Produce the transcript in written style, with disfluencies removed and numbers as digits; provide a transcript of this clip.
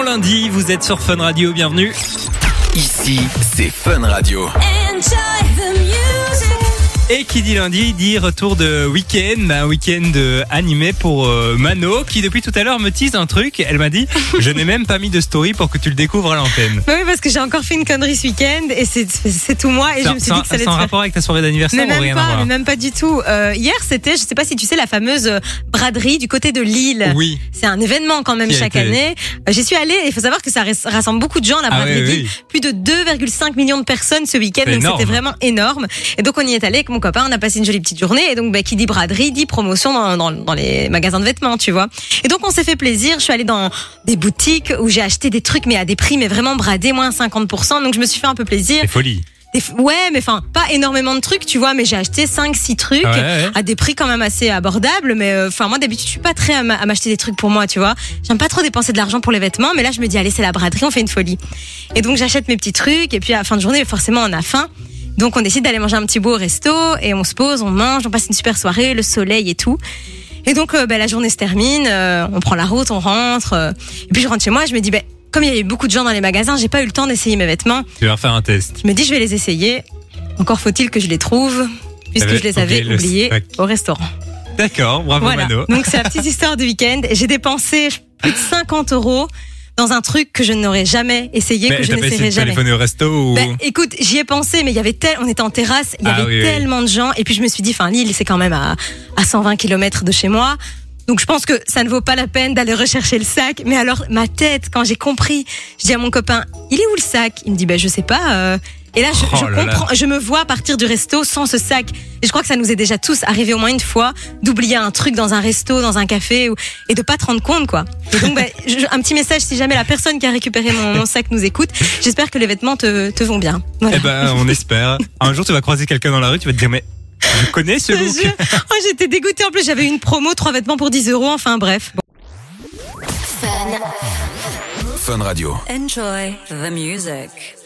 lundi, vous êtes sur Fun Radio, bienvenue. Ici, c'est Fun Radio. Et qui dit lundi, dit retour de week-end, un week-end animé pour Mano, qui depuis tout à l'heure me tease un truc. Elle m'a dit, je n'ai même pas mis de story pour que tu le découvres à l'antenne. Oui, parce que j'ai encore fait une connerie ce week-end et c'est tout moi et je me suis dit que ça allait être. C'est en rapport avec ta soirée d'anniversaire ou rien à voir? Mais même pas du tout. Hier, c'était, je sais pas si tu sais, la fameuse braderie du côté de Lille. Oui. C'est un événement quand même chaque année. J'y suis allée et il faut savoir que ça rassemble beaucoup de gens, la braderie de Lille. Oui. Plus de 2,5 millions de personnes ce week-end, donc c'était vraiment énorme. Et donc on y est allé avec mon copain, on a passé une jolie petite journée et donc qui dit braderie dit promotion dans les magasins de vêtements, tu vois. Et donc on s'est fait plaisir, je suis allée dans des boutiques où j'ai acheté des trucs mais à des prix mais vraiment bradés, moins 50%, donc je me suis fait un peu plaisir. C'est folie. Ouais, mais enfin, pas énormément de trucs, tu vois, mais j'ai acheté 5-6 trucs à des prix quand même assez abordables, mais enfin, moi d'habitude, je suis pas très à m'acheter des trucs pour moi, tu vois. J'aime pas trop dépenser de l'argent pour les vêtements, mais là, je me dis, allez, c'est la braderie, on fait une folie. Et donc, j'achète mes petits trucs, et puis à la fin de journée, forcément, on a faim. Donc, on décide d'aller manger un petit bout au resto, et on se pose, on mange, on passe une super soirée, le soleil et tout. Et donc, la journée se termine, on prend la route, on rentre, et puis je rentre chez moi, je me dis, comme il y avait beaucoup de gens dans les magasins, j'ai pas eu le temps d'essayer mes vêtements. Tu vas faire un test. Je me dis, je vais les essayer. Encore faut-il que je les trouve, puisque je les avais oubliés au restaurant. D'accord, bravo voilà. Mano. Donc c'est la petite histoire du week-end. J'ai dépensé plus de 50 € dans un truc que je n'aurais jamais essayé, que je n'essaierai jamais. Téléphoner au resto ou... Écoute, j'y ai pensé, mais il y avait on était en terrasse, il y avait tellement de gens, et puis je me suis dit, Lille, c'est quand même à 120 km de chez moi. Donc je pense que ça ne vaut pas la peine d'aller rechercher le sac. Mais alors ma tête, quand j'ai compris, je dis à mon copain, il est où le sac? Il me dit, je sais pas. Et là, je comprends, je me vois partir du resto sans ce sac. Et je crois que ça nous est déjà tous arrivé au moins une fois d'oublier un truc dans un resto, dans un café, et de pas te rendre compte, quoi. Et donc, un petit message si jamais la personne qui a récupéré mon sac nous écoute. J'espère que les vêtements te vont bien. Voilà. On espère. Un jour, tu vas croiser quelqu'un dans la rue, tu vas te dire, mais je connais ce look. J'étais dégoûtée. En plus, j'avais une promo, 3 vêtements pour 10 €. Enfin, bref. Fun Radio. Enjoy the music.